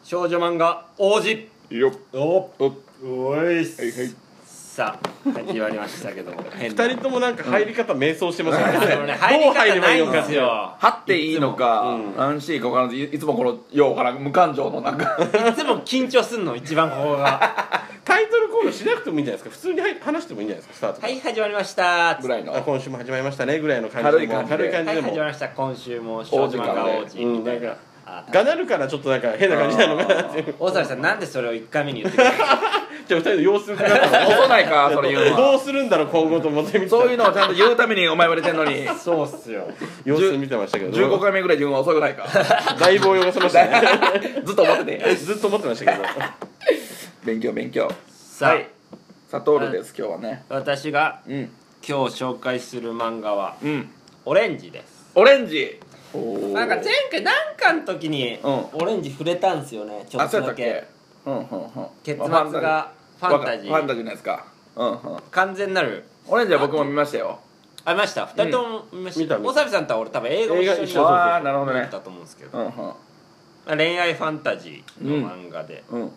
少女漫画王子よっおいっす、 はいはい。 さあ始まりましたけど二人ともなんか入り方迷走してますよね。 入り方ないんですよ。 張っていいのか何していいか分からず、いつもこのようから無感情のなんかいつも緊張すんの一番ここがタイトルコールしなくてもいいんじゃないですか。普通に話してもいいんじゃないですか。スタートはい始まりましたぐらいの今週も始まりましたねぐらいの感じでも軽い感じでもはい始まりました今週も少女漫画王子みたいな。 がなるからちょっとなんか変な感じなのかなっていう。 大沢さんなんでそれを1回目に言ってくれたのじゃあ二人の様子伺った遅ないかそれ言うのどは。 うするんだろう今後と思ってみてそういうのをちゃんと言うためにお前は出てんのにそうっすよ。 様子見てましたけど 15回目ぐらい言うのは遅くないかだいぶ泳がせましたねずっと思っててずっと思ってましたけど勉強さあ、 はいサトールです今日はね。 私がうん今日紹介する漫画はうんオレンジです。 オレンジなんか前回なんかの時にオレンジ触れたんですよね、ちょあっとだけそうやったっけ結末がファンタジーファンタジーのやつか完全なる。 オレンジは僕も見ましたよ。 ありました。2人とも見ました。 見た大沢さんとは俺多分映画を一緒に映画一緒ああなるほどね見たと思うんですけど、 うん恋愛ファンタジーの漫画で、 うん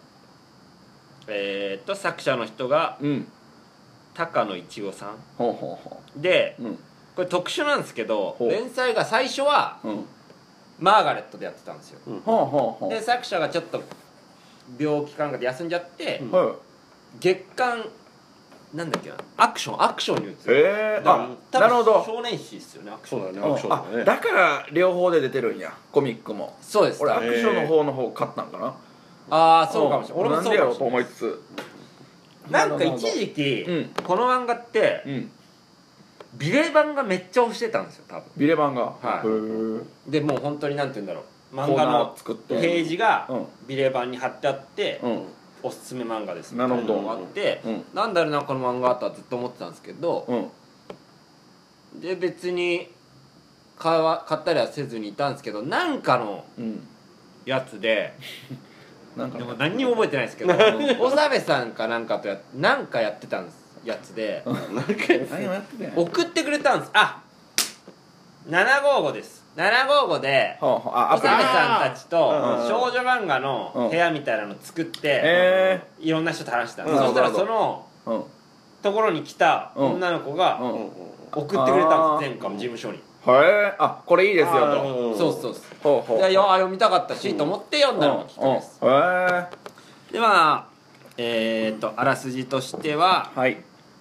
作者の人がうん高野一郎さんほうほうほで、 ううんこれ特殊なんですけどほう連載が最初はうんマーガレットでやってたんですよ。 ほうほうほうで作者がちょっと病気かなんかで休んじゃって、 は月刊なんだっけなアクションに移るんですいよ。 あ多分なるほど少年誌ですよね、アクション。 そうだねアクションだねだから両方で出てるんやコミックも。 そうです。 俺アクションの方の方買ったんかな。 ああそうかもしれない。俺もそうなんでやろうとかもしれない。 思いつつなんか一時期、 うんこの漫画ってうんビレ版がめっちゃ押してたんですよ多分。 ビレ版がはいへーでもう本当になんて言うんだろう、漫コーナ画のー作ってページがうんビレ版に貼ってあって、 うんおすすめ漫画ですみなるほどたいなのがあって、 うんなんだろうなこの漫画とはずっと思ってたんですけど、 うんで別に買ったりはせずにいたんですけど、なんかのうんやつでなんかでも何にも覚えてないですけど長部さんかなんかとなんかやってたんですやつで何をやってたんや送ってくれたんです。あ755です。755でほうほうあア長部プリねさんたちとうん少女漫画の部屋みたいなの作っていろんな人と話してたんです。 うんそしたらなるほどそのうんところに来た女の子がうん送ってくれたんです、前回も事務所に。 へえあこれいいですよとそうそうほうほうで読みたかったしと思って読んだのがきっかけです。 へえでまああらすじとしてははい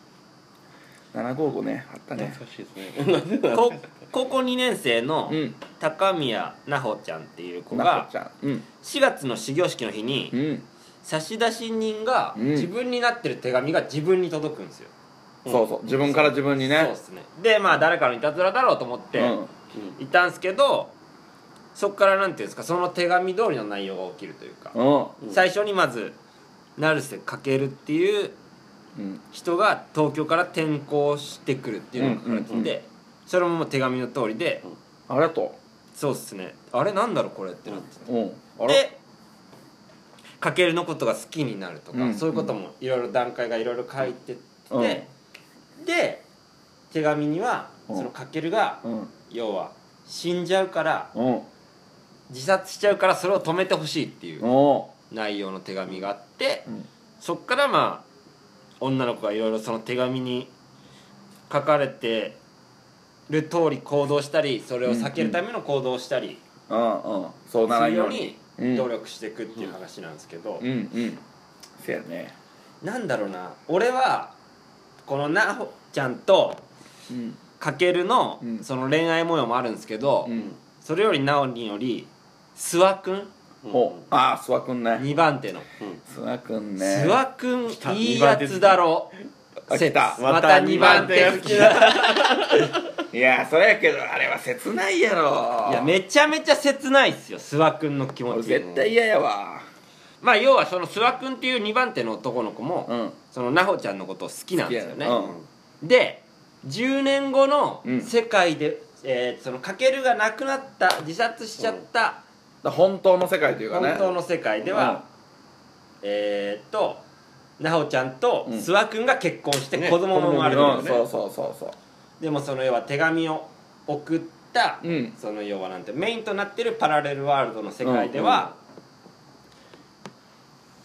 755ねあったね懐かしいですね高校2年生のうん高宮奈穂ちゃんっていう子ながこちゃんうん 4月の始業式の日にうん差出人がうん自分になってる手紙が自分に届くんですよ。 そうそう自分から自分にねそうですね。でまあ誰かのいたずらだろうと思っていたんですけど、そっからなんていうんですか、その手紙通りの内容が起きるというか、 うん最初にまず成瀬翔っていううん人が東京から転校してくるっていうのが書かれてて、 うんうんうんそれももう手紙の通りで、 ありがとそうっすね、あれなんだろうこれってなってううんあらで翔のことが好きになるとか、 うんそういうこともいろいろ段階がいろいろ書いてって、 うんで手紙にはうんその翔がうん要は死んじゃうからうん自殺しちゃうからそれを止めてほしいっていうお内容の手紙があって、 うんそっからまあ女の子がいろいろその手紙に書かれてる通り行動したり、それを避けるための行動をしたりうんうんそうなすらんようるようにに努力していくっていう話なんですけど、 うんうんせやねなんだろうな、俺はこのなほちゃんとうん翔のうんその恋愛模様もあるんですけど、 うんそれよりなおにより諏訪くんほうああ諏訪くんね 2番手の諏訪くんね諏訪くんいいやつだろあ来たまた2番手好きだいやそれやけどあれは切ないやろいやめちゃめちゃ切ないっすよ諏訪くんの気持俺ち。 絶対嫌やわまあ要はその諏訪くんっていう2番手の男の子も、 うんその奈穂ちゃんのことを好きなんですよね、 好きやねで10年後のうん世界で、その翔が亡くなった自殺しちゃった本当の世界というかね本当の世界では、奈穂ちゃんと諏訪くんが結婚してね子供も生まれてるんですね、 そうそうそうそうでもその要は手紙を送った、 うんその要はなんてメインとなってるパラレルワールドの世界では、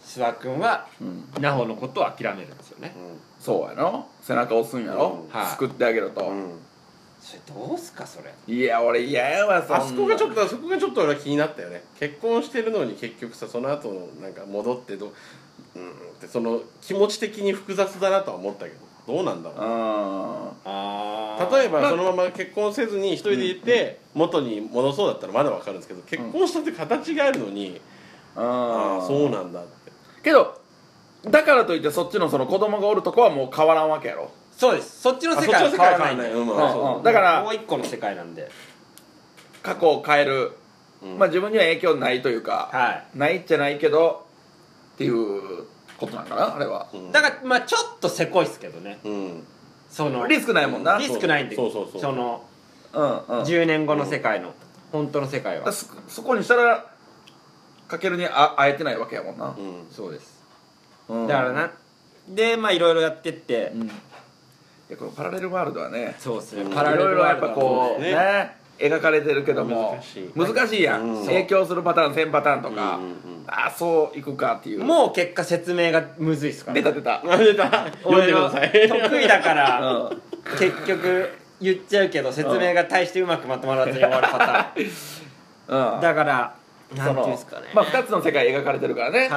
諏訪君はうん奈穂のことを諦めるんですよね。 そうやろ背中押すんやろはい救ってあげるとそれどうすかそれ。 いや俺嫌やわそんなあそこがちょっと俺は気になったよね。結婚してるのに結局さその後のなんか戻ってってその気持ち的に複雑だなとは思ったけどどうなんだろう。例えばそのまま結婚せずに一人でいて元に戻そうだったらまだわかるんですけど、結婚したって形があるのに、ああそうなんだって。 けどだからといってそっちのその子供がおるとこはもう変わらんわけやろ。 そうです。そっちの世界は変わらないんで、 だからもう一個の世界なんで過去を変える、まあ自分には影響ないというか、ないじゃないけどっていうことなんかなあれは。 だからまあちょっとせこいっすけどね。そのリスクないもんな。 リスクないんで、その10年後の世界の本当の世界はそこにしたらかけるに会えてないわけやもんな。 そうです。だからなでまあいろいろやってっていやこのパラレルワールドはね、 そうですね、 いろいろやっぱこうね描かれてるけども難しいやん。影響するパターン1000パターンとか、ああそういくかっていう。 もう結果説明がむずいっすから。 出た俺は得意だから結局言っちゃうけど説明が大してうまくまとまらずに終わるパターンだからなんていうんですかね、 まあ2つの世界描かれてるからね。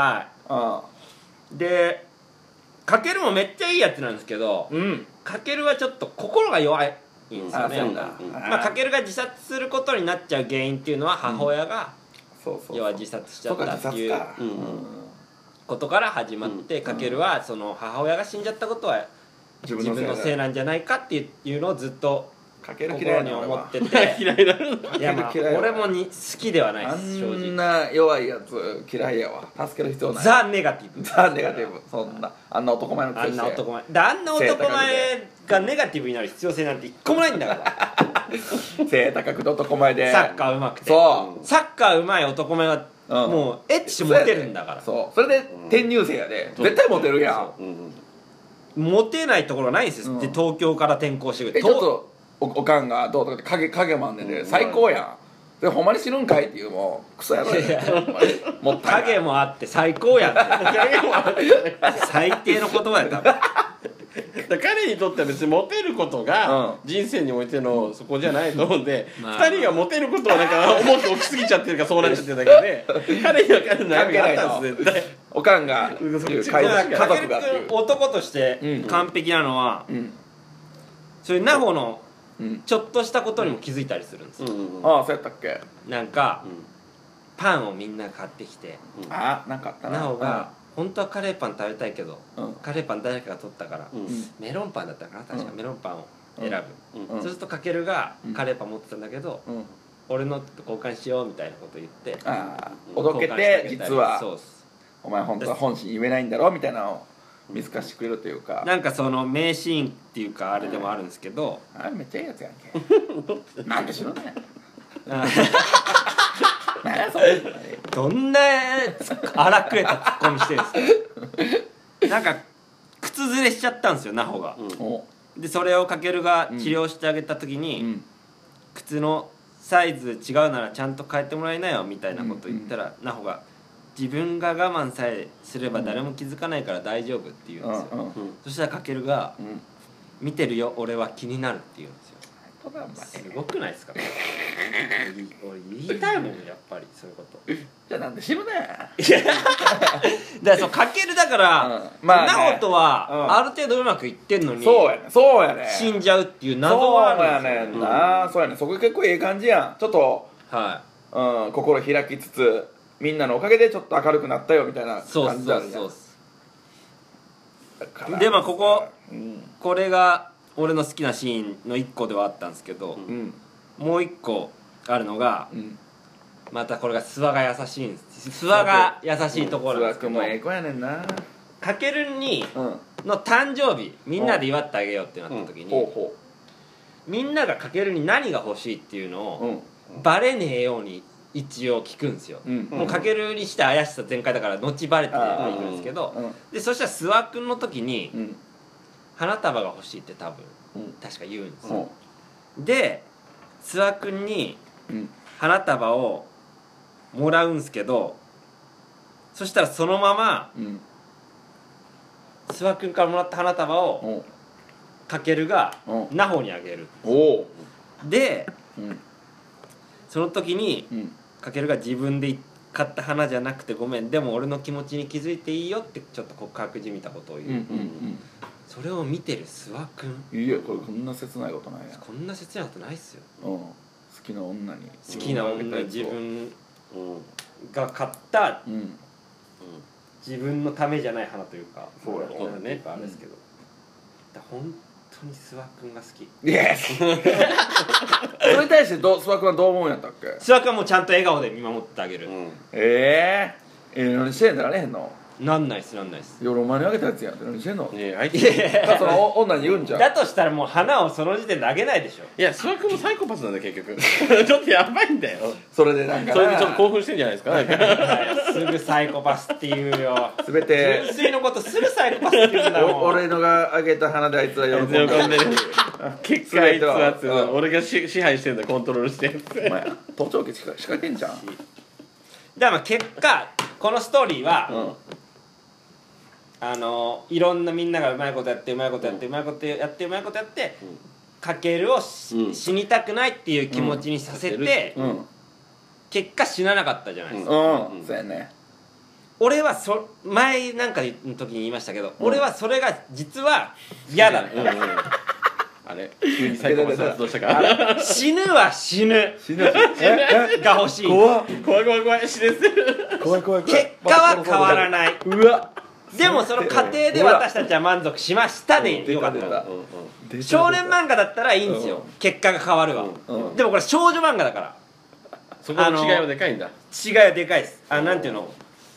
でかけるもめっちゃいいやつなんですけど、かけるはちょっと心が弱いんですよね。まあかけるが自殺することになっちゃう原因っていうのは母親が要は自殺しちゃったっていうことから始まって、かけるはその母親が死んじゃったことは自分のせいなんじゃないかっていうのをずっと心に思ってて嫌いなの。 いやまあ俺も好きではないです正直。 あんな弱いやつ嫌いやわ。助ける必要ない。 ザ・ネガティブ。 ザ・ネガティブ。そんなあんな男前のあんな男前あんな男前がネガティブになる必要性なんて一個もないんだから背高くて男前でサッカー上手くてそうサッカー上手い男前はもうエッチしてモテるんだから。 そうそれで転入生やで絶対モテるやん。 モテないところがないんですよ。で東京から転校してくるちょっとおかんがどうとかって影マンで最高やん。でほんまに死ぬんかいっていうもうクソやろもったいない。 影もあって最高やんって最低の言葉やった彼にとっては別にモテることが人生においてのそこじゃないと思うんで、2人がモテることをなんか重く置きすぎちゃってるからそうなっちゃってるだけで彼には彼の悩みがあったんです絶対。 おかんが家族がっていう男として完璧なのはそういうナホのちょっとしたことにも気づいたりするんですよ。 ああそうやったっけ。 なんかパンをみんな買ってきてなんかあったな。 ナホが本当はカレーパン食べたいけどカレーパン誰かが取ったからメロンパンだったかな確かメロンパンを選ぶ。そうするとかけるがカレーパン持ってたんだけど俺の交換しようみたいなこと言っておどけて実はお前本当は本心言えないんだろみたいなのを見透かしてくれるというか、 なんかその名シーンっていうかあれでもあるんですけど、 あれめっちゃいいやつやんけなんでしろねどんな荒くれたツッコミしてるんですかなんか靴ずれしちゃったんですよナホが。でそれをかけるが治療してあげた時に靴のサイズ違うならちゃんと変えてもらえなよみたいなこと言ったらナホが自分が我慢さえすれば誰も気づかないから大丈夫って言うんですよ。そしたらかけるが見てるよ俺は気になるって言うんですよ。すごくないですか俺言いたいもんやっぱりそういうことじゃあなんで死ぬねだからそうかけるだからナホとはある程度うまくいってんのにそうやね死んじゃうっていう謎はあるんですよ。 そうやねんな。そうやねんそこ結構ええ感じやん。ちょっと心開きつつみんなのおかげでちょっと明るくなったよみたいな感じだるやん。 でまあこれが俺の好きなシーンの一個ではあったんですけど、もう一個あるのが、またこれが諏訪が優しいんです。諏訪が優しいところなんですけど、 諏訪君もええ子やねんな。 かけるにの誕生日みんなで祝ってあげようってなった時に、みんながかけるに何が欲しいっていうのをバレねえように一応聞くんですよ。もうかけるにして怪しさ全開だから後バレていくんですけど、でそしたら諏訪君の時に花束が欲しいって多分確か言うんですよ。で諏訪君に花束をもらうんすけどそしたらそのままうん諏訪君からもらった花束をおかけるがうんナホにあげる。 おでうんその時にうんかけるが自分で買った花じゃなくてごめん、でも俺の気持ちに気づいていいよってちょっと告白じみたことを言う、 うんそれを見てる諏訪君、 いやこれこんな切ないことないやこんな切なことないっすよ。 うん好きな女に好きな女に自分が買ったうん自分のためじゃない花というか、 そうやなんていうかあれですけど、だから本当に諏訪君が好き。 イエスそれに対して諏訪君はどう思うんやったっけ？ 諏訪君はもうちゃんと笑顔で見守ってあげる、 何してんだられへんの？ なんないっす。 夜お前にあげたやつやんって何してんの？ ねえあいついやいやその女に言うんじゃんだとしたらもう花をその時点であげないでしょ。 いや諏訪君もサイコパスなんだよ結局ちょっとやばいんだよそれでなんかそれでちょっと興奮してんじゃないですかなんかすぐサイコパスって言うよ。 全て純粋のことすぐサイコパスって言うんだもん。 俺のがあげた花であいつは喜んでる喜んでる結果あいつはっつうのうん俺が支配してんだコントロールしてお前盗聴器仕掛けんじゃんだからまあ結果このストーリーは、いろんなみんながうまいことやってうまいことやってうまいことやってうまいことやってかけるを死にたくないっていう気持ちにさせて、 うん結果死ななかったじゃないですか、 そうやね俺は前なんかの時に言いましたけど、俺はそれが実は嫌だった、 あれ急にサイコパス発動したか死ぬは死ぬ死ぬが欲しい。 怖っ怖い怖い怖い死ねせる怖い結果は変わらない。 うわでもその過程で私たちは満足しましたでよかった。少年漫画だったらいいんですよ、結果が変わるわ、でもこれ少女漫画だからそこの違いはでかいんだ。 違いはでかいです。なんていうの、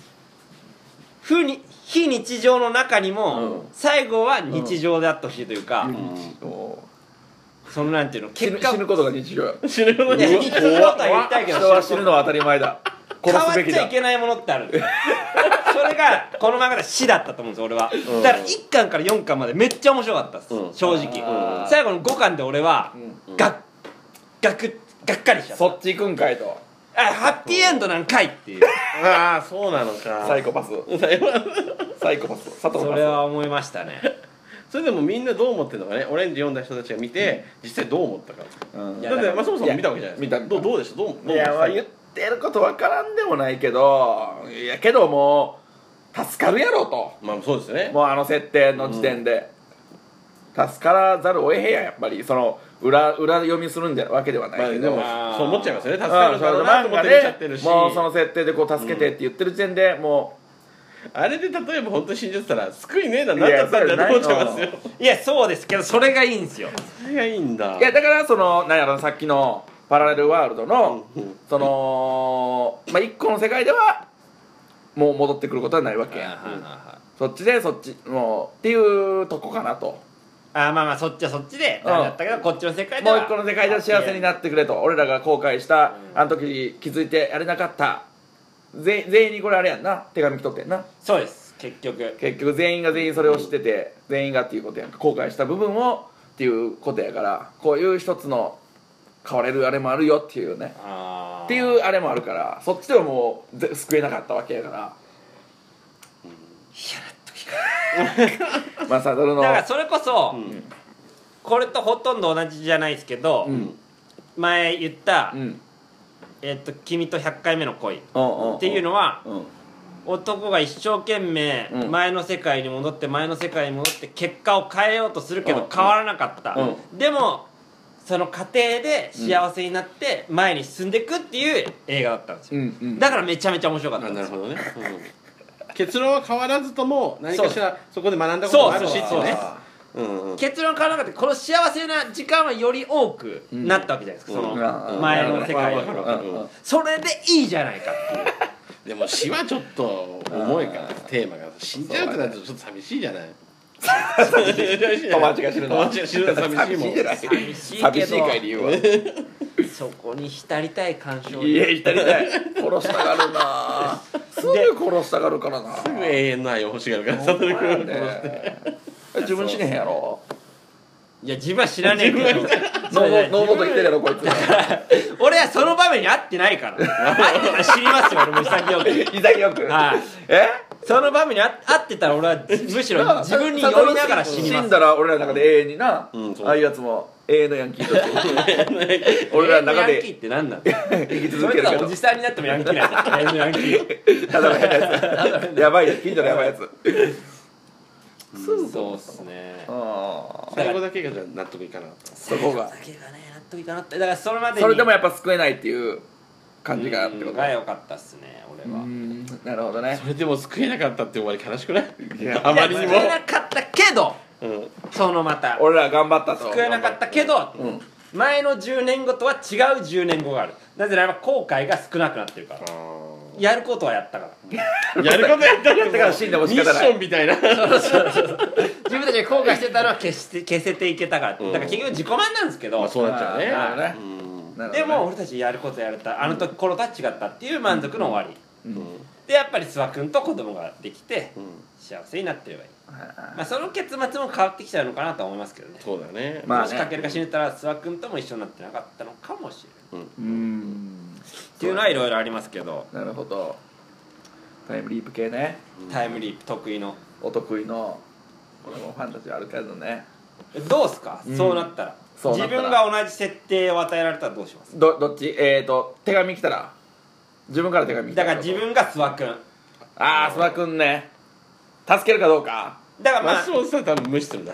非日常の中にも最後は日常であってほしいというか、そのなんていうの、 死ぬことが日常や死ぬこといや日常とは言いたいけど人は死ぬのは当たり前だ変わっ殺すべきだちゃいけないものってあるんですそれがこの漫画で死だったと思うんです俺は。だから1巻から4巻までめっちゃ面白かったです、正直。最後の5巻で俺はがっかりしちゃった。 そっち行くんかいとハッピーエンドなんかいっていうああそうなのかサイコパスサイコパス佐藤パスそれは思いましたね。 それでもみんなどう思ってるのかね、オレンジ読んだ人たちが見て実際どう思ったか。だってまあそもそも見たわけじゃないですか。 見たどうでした？どういやまあ言ってることわからんでもないけどいやけどもう助かるやろとまあそうですよね。 もうあの設定の時点で、助からざるを得へんやっぱりその裏読みするんじゃわけではないけど、 でもそう思っちゃいますよね。助かるだろうなと思って見ちゃってるし、 もうその設定でこう助けてって言ってる時点でもあれで例えば本当に死んじゃってたら救いねえな何だったんだと思っちゃいますよ。 いやそうですけどそれがいいんですよ。 それがいいんだ。 いやだからそのなんやろさっきのパラレルワールドのそのまあ一個の世界ではもう戻ってくることはないわけや、そっちでそっちもうっていうとこかなと。 まあそっちはそっちでダメだったけど、こっちの世界ではもう一個の世界では幸せになってくれと。俺らが後悔したあの時気づいてやれなかった全員にこれあれやんな手紙来とってんな。 そうです結局全員が全員それを知ってて全員がっていうことやんか後悔した部分をっていうことやからこういう一つの変われるあれもあるよっていうねっていうあれもあるからそっちではもう救えなかったわけやからまあサドルのだからそれこそ、これとほとんど同じじゃないですけど、前言った、君と100回目の恋っていうのは、男が一生懸命前の世界に戻って前の世界に戻って結果を変えようとするけど変わらなかった、でもその過程で幸せになって前に進んでいくっていう映画だったんですよ、だからめちゃめちゃ面白かったんですよ。 なるほどね、結論は変わらずとも何かしらそこで学んだことがあるしってね。 結論変わらなくてこの幸せな時間はより多くなったわけじゃないですか、その前の世界よりそれでいいじゃないかっていう。 でも死はちょっと重いからテーマが死んじゃうってなるとちょっと寂しいじゃない。 友達が死ぬのは寂しいもん。 寂しいかい理由はそこに浸りたい感傷。 いや浸りたい殺したがるなすぐ殺したがるからなすぐ永遠の愛を欲しがるから悟君殺して自分死ねへんやろ。 いや自分は知らねえけどノーボート来てるやろこいつ俺はその場面に会ってないから会ってたら知りますよ俺も潔くはいその場面に会ってたら俺はむしろ自分に酔いながら死にます。 死んだら俺らの中で永遠にな、ああいうやつも永遠のヤンキーとして俺らの中でヤンキーって何なんだよ生き続けるけど、 それとはおじさんになってもヤンキーなんだ永遠のヤンキーただの変なやつやばい近所のやばいやつそうっすね。 最後だけがじゃ納得いかなかった。 そこがだけがね納得いかなかった。だからそれまでにそれでもやっぱ救えないっていう感じがってことが良かったっすね俺は。 なるほどね。 それでも救えなかったって終わり悲しくない？ いやあまりにも救えなかったけど、そのまた俺ら頑張ったと救えなかったけど、前の10年後とは違う10年後がある。なぜならば後悔が少なくなってるから。やることはやったからやることやったから死んでも仕方ないミッションみたいな自分たちが後悔してたのは消せていけたから、だから結局自己満なんですけど、 そうなっちゃうね。 でも俺たちやることやれた、あの時頃とは違ったっていう満足の終わり、でやっぱり諏訪君と子供ができて幸せになってればいい、まあその結末も変わってきちゃうのかなとは思いますけどね。 そうだね。 もしかけるが死ねたら諏訪君とも一緒になってなかったのかもしれない、っていうのはいろいろありますけど。 なるほど。タイムリープ系ね。 タイムリープ得意のお得意の俺もファンタジーあるけどね。 どうすか、そうなったら自分が同じ設定を与えられたらどうします？ どっち？手紙来たら自分から手紙来たらだから自分が諏訪君、 ああ諏訪君ね、助けるかどうか。 だからまあ松本さん多分無視するんだ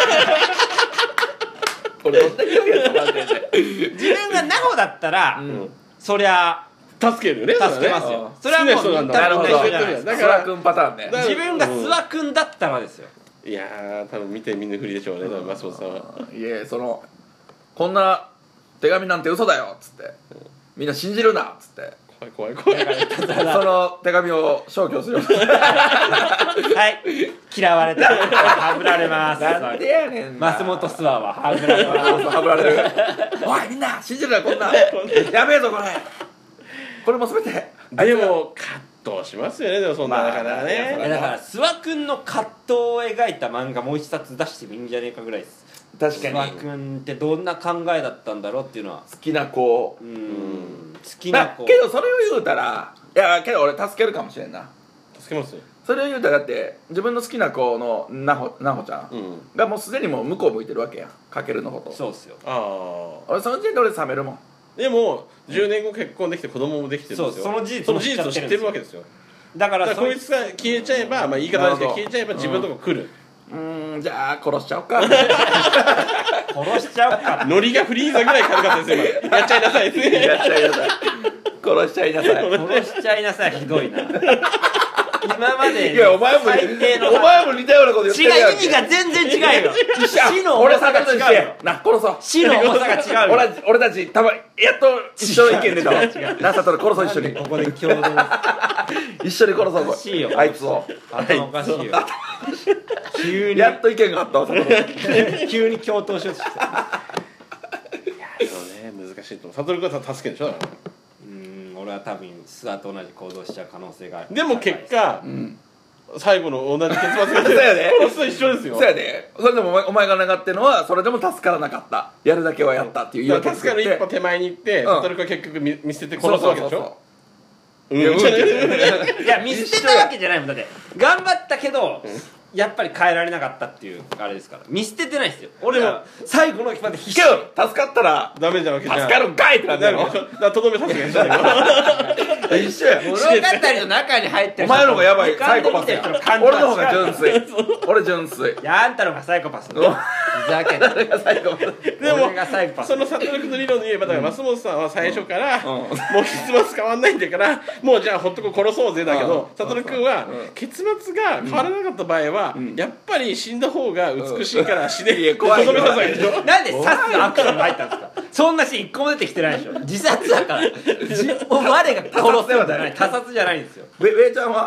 これどんだけ言うやつなんて自分がナホだったら、そりゃ助けるよね。 助けますよ。それはもう多分なるほど。 一緒じゃないですか。 諏訪君パターンね。 自分が諏訪君だったらですよ。 いやー多分見て見ぬふりでしょうね、多分松本さんは。 いやこんな手紙なんて嘘だよっつってみんな信じるなっつって怖いその手紙を消去するはい嫌われたはぶられます。 なんでやねんな。 松本諏訪ははぶられます。 はぶられるおいみんな信じるなこんなやべえぞこれも全てでも葛藤しますよね、でもそんなだからね。 だから諏訪君の葛藤を描いた漫画もう一冊出してもいいんじゃねえかぐらいです。 確かに諏訪君ってどんな考えだったんだろうっていうのは。 好きな子好きな子けどそれを言うたらいやけど俺助けるかもしれんな。 助けますよ。 それを言うたらだって自分の好きな子のなほちゃんがもうすでにもう向こう向いてるわけやん、かけるのこと。 そうっすよ。 俺その時点で俺冷めるもん。 でも10年後結婚できて子供もできてるんですよ。 その事実を知ってるわけですよ。 だからこいつが消えちゃえば、まあ言い方ですけど消えちゃえば自分のとこ来る。 じゃあ殺しちゃおうか殺しちゃおうかノリがフリーザぐらい軽かったですよ今。やっちゃいなさいですね。 やっちゃいなさい殺しちゃいなさい殺しちゃいなさい。ひどいな今までいやお前も似たようなこと言ってるやんけ。 違う、意味が全然違うよ。死の重俺さが違うよ。 な殺そう。 死の重さが違うよ。 俺たちたまやっと一緒の意見出たわ。なさとる殺そう一緒に。 ここで共同一緒に殺そうおかしいよあいつを。 頭おかしいよ。急にやっと意見があったわ。 急に共闘しようとしてた。 いやでもね難しいと思う。悟君は助けるでしょ。だから俺は多分諏訪と同じ行動しちゃう可能性がある。 でも結果最後の同じ結末がそうやで殺すと一緒ですよ。 そうやで。それでもお前が願ってるのはそれでも助からなかった、やるだけはやったっていう言い訳助かる一歩手前に行って悟君は結局見捨てて殺すわけでしょ。 いや見捨てたわけじゃないもん。だって頑張ったけどやっぱり変えられなかったっていうあれですから、見捨ててないですよ。俺も最後の一番で必死。 けど助かったらダメじゃんわけじゃん。 助かるんかいってなってるの。 だからとどめさせてしたよ。 一緒や。 物語の中に入ってるお前の方がやばいサイコパスや。俺の方が純粋。俺純粋。 いやあんたのがサイコパス。ふざけんな。 俺がサイコパス。 でも俺がサイコパス。 その悟君の理論で言えばだから松本さんは最初からもう結末変わんないんだからもうじゃあほっとこ殺そうぜだけど、悟君は結末が変わらなかった場合はやっぱり死んだ方が美しいから死ねとどめさせないでしょ。 なんで刺すアクションが入ったんですか。そんなシーン一個も出てきてないでしょ。自殺だから。我が殺すんじゃない、他殺じゃないんですよ。 ウェイちゃんは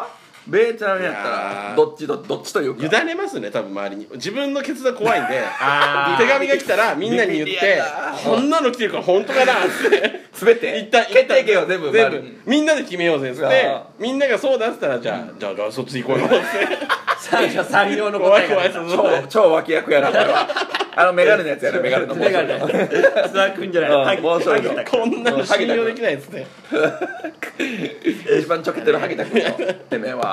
ベイちゃんやったらどっちというか委ねますね多分周りに。自分のケツが怖いんで手紙が来たらみんなに言って「こんなの来てるから本当かな」って全て一旦決定権を全部みんなで決めようぜっつってみんながそうだっつったらじゃあそっち行こうよって三者三様の答えが超脇役やなこれはメガネのやつやね。メガネのメガネ須田君じゃないこんなの信用できないっつって一番ちょけてるハゲタ君のてめえは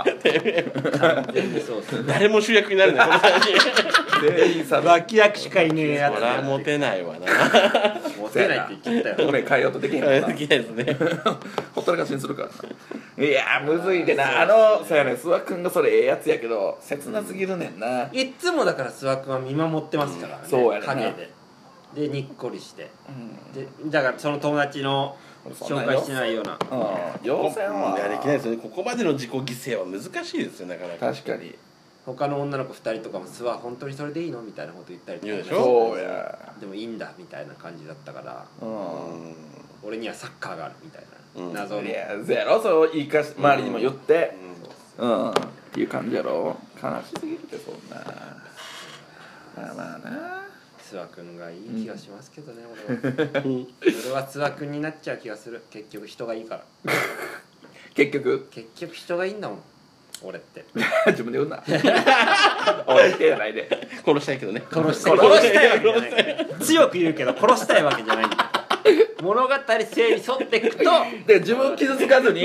誰も主役になるねこの3人全員さ脇役しかいねえやつそりゃモテないわなモテないって言っちゃったよごめん変えようとできへんからできないですねほったらかしにするからないやむずいでなそうやね諏訪君がそれええやつやけど切なすぎるねんないっつもだから諏訪君は見守ってますからねそうやねんな影でにっこりしてでだからその友達の紹介してないような要請はできないですよね。ここまでの自己犠牲は難しいですよなかなか。 確かに他の女の子2人とかも諏訪本当にそれでいいのみたいなこと言ったりとか言うでしょ。 そうやでもいいんだみたいな感じだったから俺にはサッカーがあるみたいな謎のいやゼロそう言いかし周りにも言ってっていう感じやろ。悲しすぎるってそんなまあな諏訪君がいい気がしますけどね俺は諏訪君になっちゃう気がする。結局人がいいから結局人がいいんだもん俺って自分で言うな俺ってじゃないで殺したいけどね。 殺したいわけじゃない強く言うけど殺したいわけじゃないんだ物語性に沿っていくとで自分傷つかずに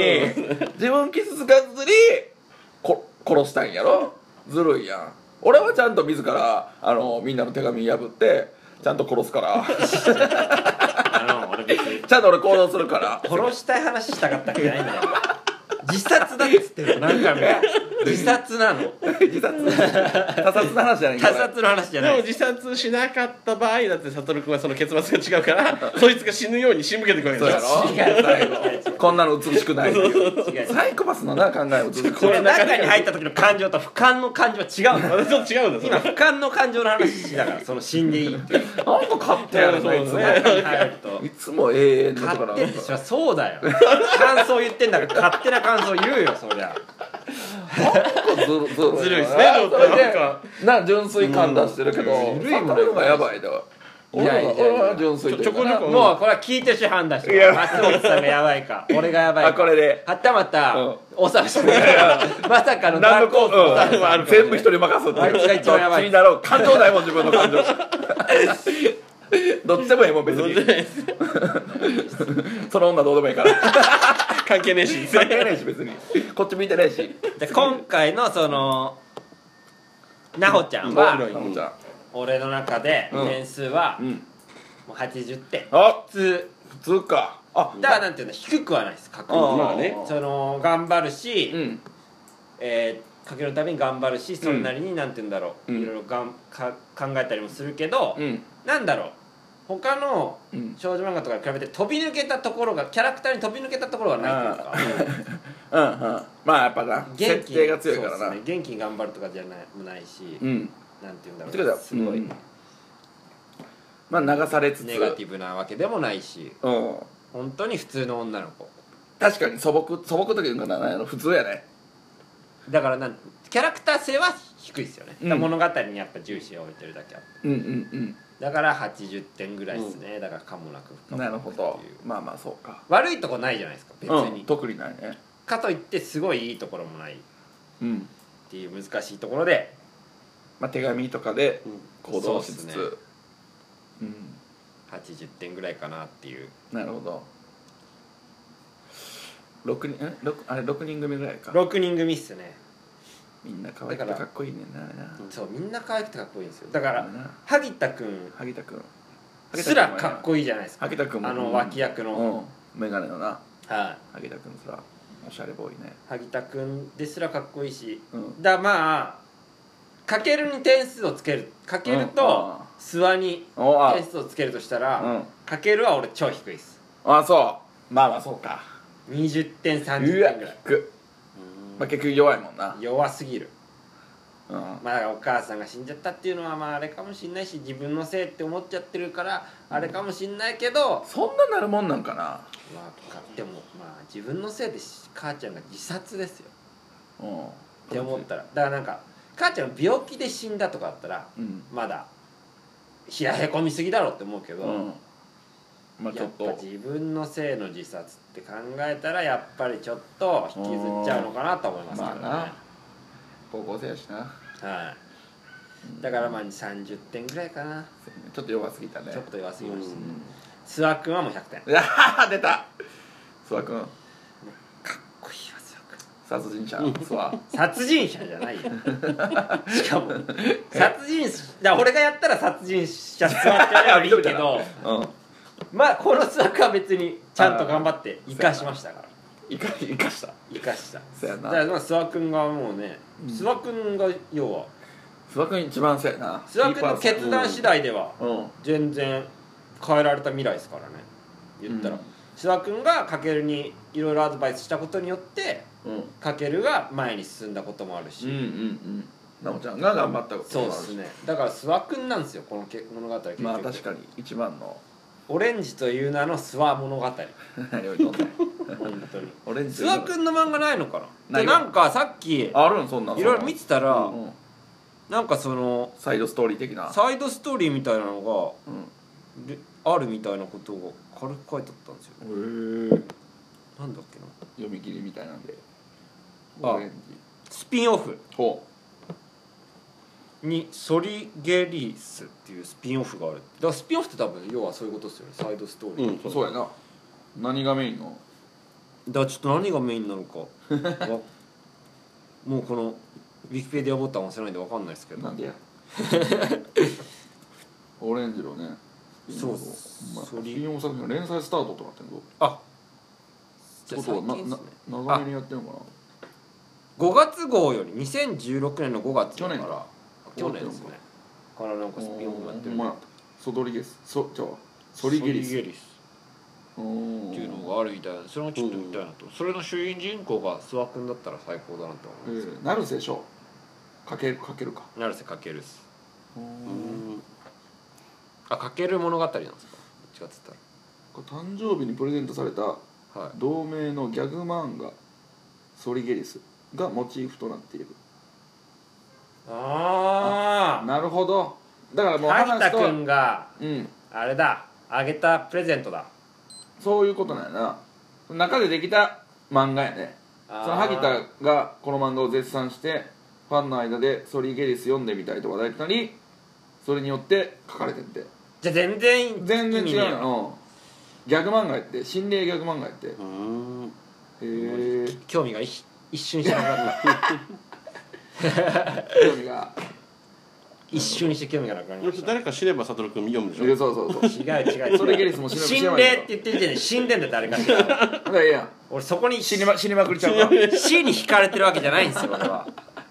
殺したいんやろ。ずるいやん。俺はちゃんと自らみんなの手紙破ってちゃんと殺すから俺別にちゃんと俺行動するから殺したい話したかったわけじゃないんだよ自殺だっつってるのなんか自殺なの自殺他殺の話じゃない他殺の話じゃないでも自殺しなかった場合だって悟君はその結末が違うからそいつが死ぬように仕向けていくわけでそうやすろ最後こんなの美しくないっていうサイコパスのな考えを美しくこれ中に入った時の感情と俯瞰の感情は違うのちょっと違うんだ今俯瞰の感情の話だからその死んでいいっていうなんか勝手やるのいつも中に入るといつも永遠のところ勝手ってそりゃそうだよ感想言ってんだから勝手な感想言うよそりゃずるいですねちょっとなんか純粋感出してるけどずるいもんね悟るのがやばいだわ俺は純粋というかなもうこれは聞いてる人判断してる松本さんがやばいか俺がやばいかこれではたまた大沢さんがまさかのダークホースの全部一人任すってあいつが一番やばいどっちになろう感情ないもん自分の感情どっちでもいいもん別にその女どうでもいいから関係ねえし関係ねえし別にこっち見てねえしで今回のその奈穂ちゃんは俺の中で点数はもう80点普通かだからなんていうの低くはないです確実にその頑張るしかけるために頑張るしそれなりになんていうんだろういろいろ考えたりもするけどなんだろう他の少女漫画とかに比べて飛び抜けたところがキャラクターに飛び抜けたところがないというかまあやっぱな設定が強いからな元気に頑張るとかじゃないしなんていうんだろうすごいまあ流されつつネガティブなわけでもないし本当に普通の女の子確かに素朴というかな普通やねだからキャラクター性は低いですよね物語にやっぱ重視を置いてるだけあってだから80点ぐらいですねだからかもなく不可もなくなるほどまあまあそうか悪いとこないじゃないですか別に特にないねかといってすごいいいところもないっていう難しいところでまあ手紙とかで行動しつつ 80点ぐらいかなっていうなるほど6人組ぐらいか 6人組っすねみんな可愛くてかっこいいねんなそうみんな可愛くてかっこいいんですよだから萩田くんすらかっこいいじゃないですか萩田くんも脇役のメガネのなはい萩田くんすらおしゃれボーイね萩田くんですらかっこいいしまあかけるに点数をつけるかけると諏訪に点数をつけるとしたらかけるは俺超低いですそうまあそうか 20点30点ぐらいまあ結局弱いもんな弱すぎるまあだからお母さんが死んじゃったっていうのはまああれかもしんないし自分のせいって思っちゃってるからあれかもしんないけどそんななるもんなんかなでもまあ自分のせいで母ちゃんが自殺ですよって思ったら、だからなんか母ちゃん病気で死んだとかだったら、まだ冷やへこみすぎだろって思うけど、やっぱ自分のせいの自殺って考えたらやっぱりちょっと引きずっちゃうのかなと思いますけどね。 まあな、高校生やしな。 はい、だからまあ30点ぐらいかな。 ちょっと弱すぎたね。 ちょっと弱すぎましたね。諏訪君はもう100点。 出た諏訪君かっこいいわ諏訪君。 殺人者諏訪殺人者じゃないよしかも殺人だ、俺がやったら殺人者諏訪ってやればいいけどまあこの諏訪君は別にちゃんと頑張って生かしましたから。 生かしたそうやな。 だからまあ諏訪君がもうね、諏訪君が要は諏訪君一番そうやな。 諏訪君の決断次第では全然変えられた未来ですからね、言ったら。諏訪君が翔にいろいろアドバイスしたことによって翔が前に進んだこともあるし、 なおちゃんが頑張ったこともあるし。 そうですね。だから諏訪君なんですよこの物語。結局まあ確かに一番のオレンジという名の諏訪物語何を言うの本当にオレンジ諏訪君の漫画ないのかな。でなんかさっきあるんそんなんいろいろ見てたら、なんかそのサイドストーリー的なサイドストーリーみたいなのが、あるみたいなことが軽く書いてあったんですよ。なんだっけな、 読み切りみたいなんで。 オレンジスピンオフほにソリゲリスっていうスピンオフがある。だからスピンオフって多分要はそういうことですよね、サイドストーリー。 そうやな。何がメインのだからちょっと何がメインなのかもうこのウィキペディアボタン押せないんで分かんないですけど。 なんでやオレンジのね。 そうスピンオフ作品が連載スタートとなってんぞ。 あ、 ってことは長めにやってんのかな。5月号より2016年の5月だから去年ですね。からなんかスピンオフやってる。 ソリゲリスっていうのがあるみたいな。それもちょっと見たいなと。それの主人公が諏訪君だったら最高だなと思います。 成瀬翔かけるか成瀬かけるっす。あ、かける物語なんですか。どっちかっつったら誕生日にプレゼントされた同名のギャグ漫画ソリゲリスがモチーフとなっている。あ、なるほど。だからもう萩田君があれだ、あげたプレゼントだ。 そういうことなんやな。中でできた漫画やね。その萩田がこの漫画を絶賛してファンの間でソリゲリス読んでみたいと話題となり、それによって書かれてって。 じゃあ全然違うの。ギャグ漫画やって、心霊ギャグ漫画やって。へえ。興味が一瞬してなかった興味が一瞬にして興味がなくなりました。 誰か知れば悟君読むでしょ。 そう違うソリゲリスも心霊って言ってる時点で死んでんだよ誰かしら。 いや俺そこに死にまくりちゃうか。 死に惹かれてるわけじゃないんですよ俺は。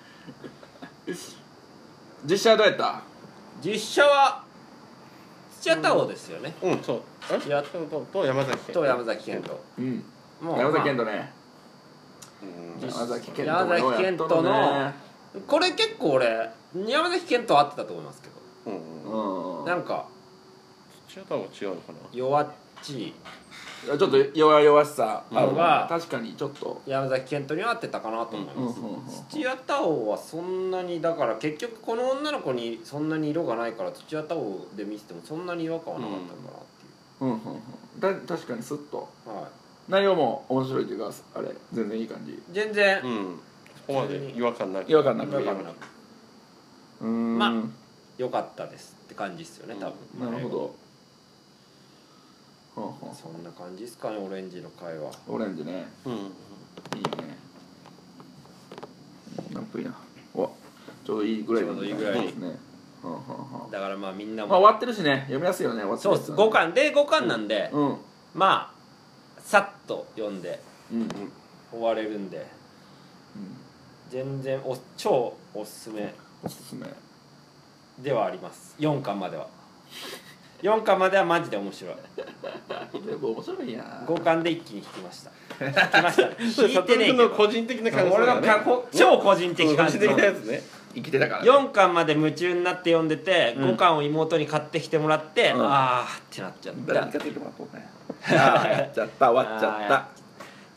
実写はどうやった？ 実写は土屋太鳳ですよね。 そう。土屋と山崎賢人。 山崎賢人ね。山崎賢人のこれ結構俺山崎賢人合ってたと思いますけど、なんか土屋太鳳違うのかな。 弱っちいちょっと弱しさあるが確かにちょっと山崎賢人には合ってたかなと思います。土屋太鳳はそんなにだから結局この女の子にそんなに色がないから土屋太鳳で見せてもそんなに違和感はなかったかなっていう。 確かにスッと内容も面白いというかあれ全然いい感じ。 全然そこまで違和感なくまあ良かったですって感じですよね多分。 なるほど。 そんな感じですかね。オレンジの回はオレンジね。いいね。何分や。ちょうどいいぐらいですね。 だからまあみんなも終わってるしね、読みやすいよね。 そうです。5巻なんでまあさっと読んで終われるんで全然超おすすめではあります。4巻までは4巻まではマジで面白い。 面白いやん。 5巻で一気に引きました。引いてねえけど。 個人的な感想。 俺の超個人的感想。 個人的なやつね。 生きてたから。 4巻まで夢中になって読んでて、5巻を妹に買ってきてもらって、あーってなっちゃった。 誰に買ってきてもらったね。やっちゃった終わっちゃった。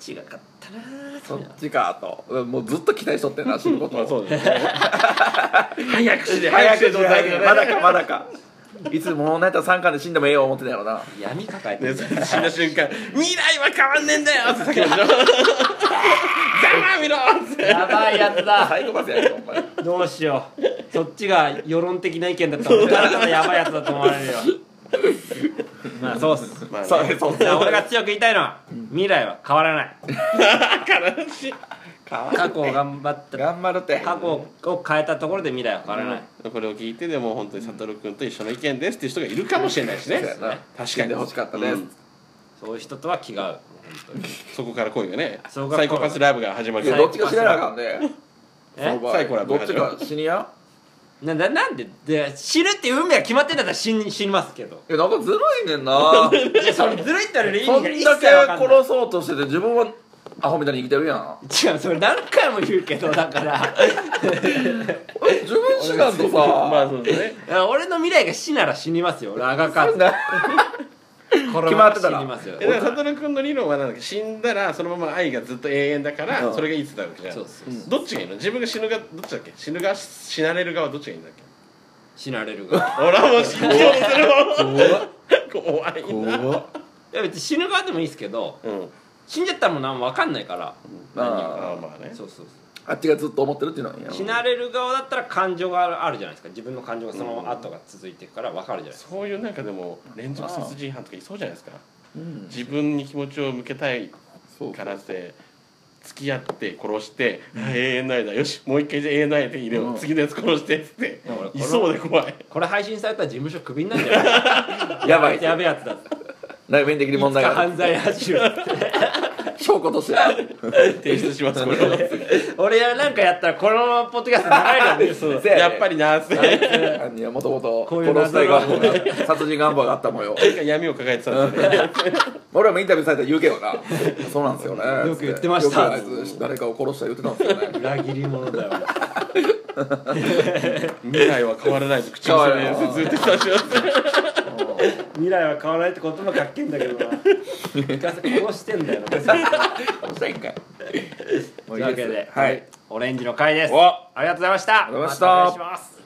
ちが勝ったな。 そっちかともうずっと期待しとってんな死ぬことをそうですね早くして早くして早くしてまだかまだかいつもうなんやったら3巻で死んでもええよ思ってたやろな闇抱えてね、 る、 死んだ瞬間「未来は変わんねえんだよ!」って叫ぶでしょ「ざまみろ!」ってやばいやつだ。 サイコパスやんお前どうしよう、そっちが世論的な意見だったら俺からただやばいやつだと思われるよ。まあそうっす、 まあねそう俺が強く言いたいのは、未来は変わらない。 悲しい過去を頑張った頑張るって過去を変えたところで未来は変わらない、 これを聞いてでも本当に悟君と一緒の意見ですっていう人がいるかもしれないしねそうやな確かに死んでほしかったですうんそういう人とは気が合う。 そこから恋がねそこからサイコパスラブが始まるいやどっちか死ななあかんねえその場合サイコラブどっちか死にやなんで死ぬっていう運命が決まってんだったら死にますけど、 いやなんかずるいねんないやそれずるいったら意味そんが一だけ切わかんない。 殺そうとしてて自分はアホみたいに生きてるやん違う、それ何回も言うけど、だから自分死なんとさまあそうですね俺の未来が死なら死にますよ。俺あがかずな決まってたら死にますよ。 だから悟君の理論はなんだっけ死んだらそのまま愛がずっと永遠だから、 うんそれがいつだわけじゃんそうそうそう、 どっちがいいの自分が死ぬ側どっちだっけ死ぬ側死なれる側どっちがいいんだっけ死なれるがほらもう死んじゃうそれも怖いな怖っいや別に死ぬ側でもいいですけど、 うん死んじゃったらもう何も分かんないから何がああまあねそうそうあっちがずっと思ってるっていうのはいいやそう、死なれる側だったら感情があるじゃないですか。自分の感情がその後が続いていくから分かるじゃないですか。 そういうなんかでも連続殺人犯とかいそうじゃないですかうん自分に気持ちを向けたいそうからって付き合って殺して「あ永遠の愛だよしもう一回じゃ永遠の愛でいいよ、 うん次のやつ殺して」っつってや俺このいそうで怖いこれ配信されたら事務所クビになるんじゃないやばいやべえやつだって内面的に問題があるいつか犯罪走る証拠として提出しますこれを俺なんかやったらこのポッドキャスト流れるよね。そうせやねやっぱりなーっつって犯人はもともとこういう殺したい願望が殺人願望があったもんよ闇を抱えてたんですよね俺らもインタビューされたら言うけどなそうなんですよねよく言ってましたよくあいつ誰かを殺した言ってたんですよね裏切り者だよ未来は変わらないと口癖でずっと言ってたんですよ未来は変わらないって言葉かっけんだけどな殺してんだよな殺したいんかいというわけで、 はいオレンジの回です。 おありがとうございました。 ありがとうございましたたお願いします。